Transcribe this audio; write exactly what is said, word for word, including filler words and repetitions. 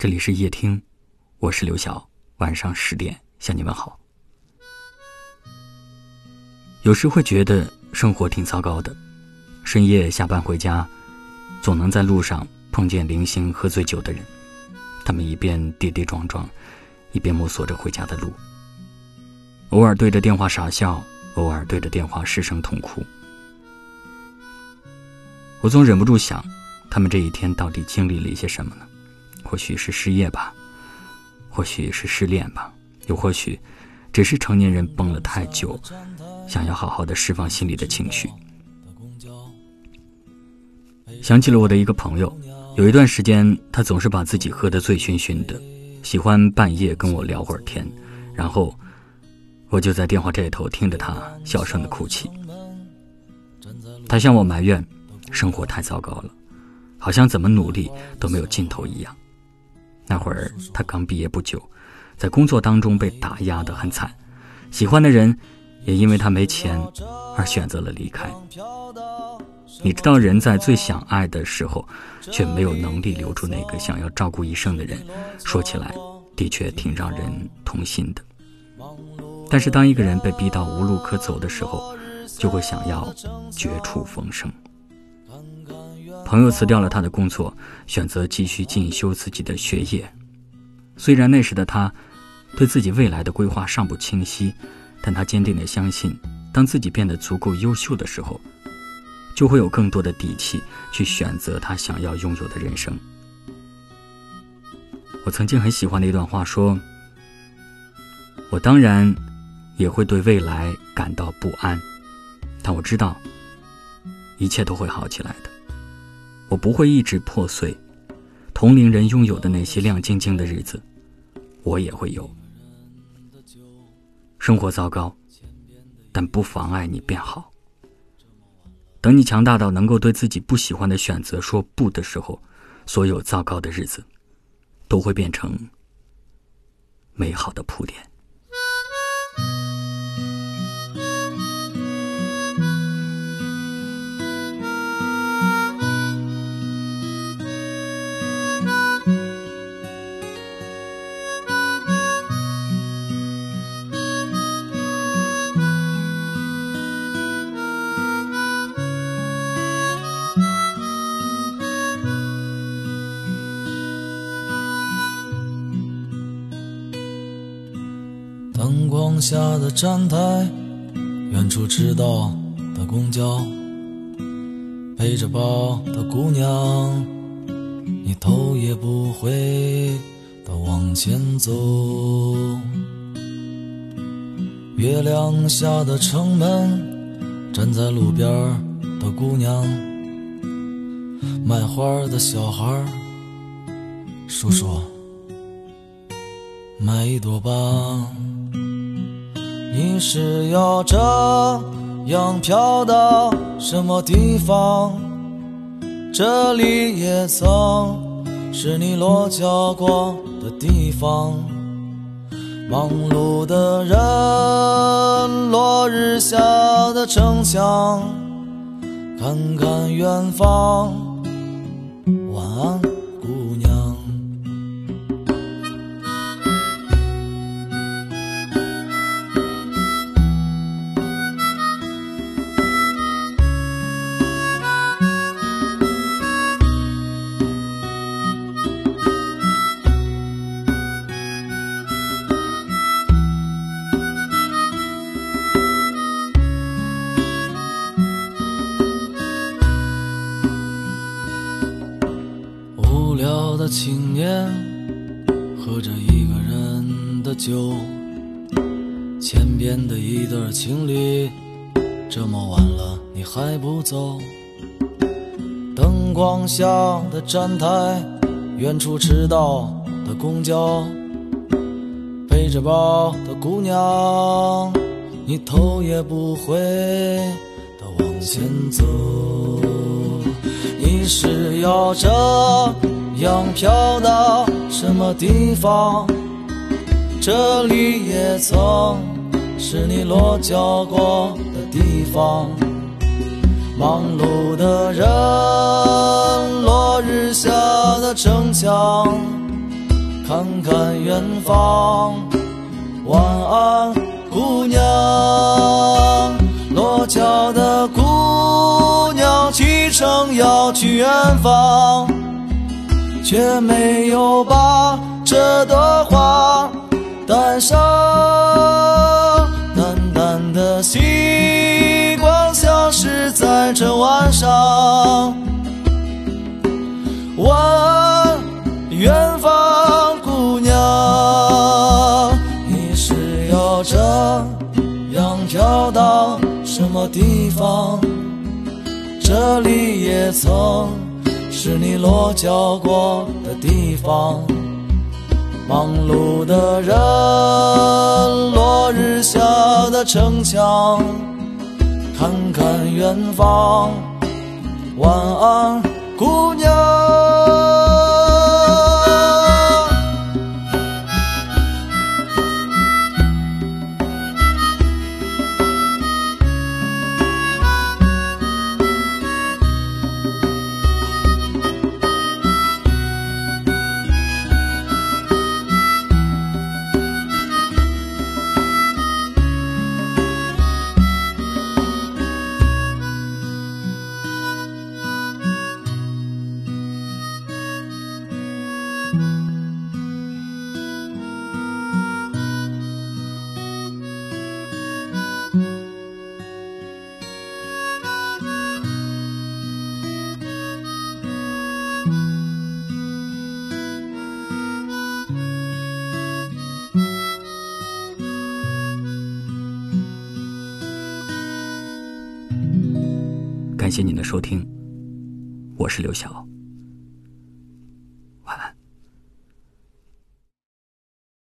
这里是夜听，我是刘晓，晚上十点向你问好。有时会觉得生活挺糟糕的，深夜下班回家，总能在路上碰见零星喝醉酒的人，他们一边跌跌撞撞，一边摸索着回家的路，偶尔对着电话傻笑，偶尔对着电话失声痛哭。我总忍不住想，他们这一天到底经历了一些什么呢？或许是失业吧，或许是失恋吧，又或许只是成年人绷了太久，想要好好的释放心里的情绪。想起了我的一个朋友，有一段时间他总是把自己喝得醉醺醺的，喜欢半夜跟我聊会儿天，然后我就在电话这头听着他小声的哭泣。他向我埋怨生活太糟糕了，好像怎么努力都没有尽头一样。那会儿他刚毕业不久，在工作当中被打压得很惨，喜欢的人也因为他没钱而选择了离开。你知道，人在最想爱的时候却没有能力留住那个想要照顾一生的人，说起来的确挺让人痛心的。但是当一个人被逼到无路可走的时候，就会想要绝处逢生。朋友辞掉了他的工作，选择继续进修自己的学业。虽然那时的他对自己未来的规划尚不清晰，但他坚定地相信，当自己变得足够优秀的时候，就会有更多的底气去选择他想要拥有的人生。我曾经很喜欢的一段话说，我当然也会对未来感到不安，但我知道一切都会好起来的。我不会一直破碎，同龄人拥有的那些亮晶晶的日子，我也会有。生活糟糕，但不妨碍你变好。等你强大到能够对自己不喜欢的选择说不的时候，所有糟糕的日子都会变成美好的铺垫。 灯光下的站台，远处迟到的公交，背着包的姑娘，你头也不回地往前走。月亮下的城门，站在路边的姑娘，卖花的小孩，叔叔买一朵吧。你是要这样飘到什么地方？这里也曾是你落脚过的地方。忙碌的人，落日下的城墙，看看远方，晚安姑娘。无聊的青年喝着一个人的酒，前边的一对情侣，这么晚了你还不走。灯光下的站台，远处迟到的公交，背着包的姑娘，你头也不回地往前走。你是要这样飘到什么地方？这里也曾是你落脚过的地方。忙碌的人，落日下的城墙， 看看远方。晚安姑娘，落脚的姑娘，启程要去远方，却没有把这朵花带上。淡淡的星光消失在这晚上。问远方姑娘，你是要这样飘到什么地方？这里也曾是你落脚过的地方。忙碌的人，落日下的城墙，看看远方。晚安姑娘。 感谢您的收听，我是刘晓。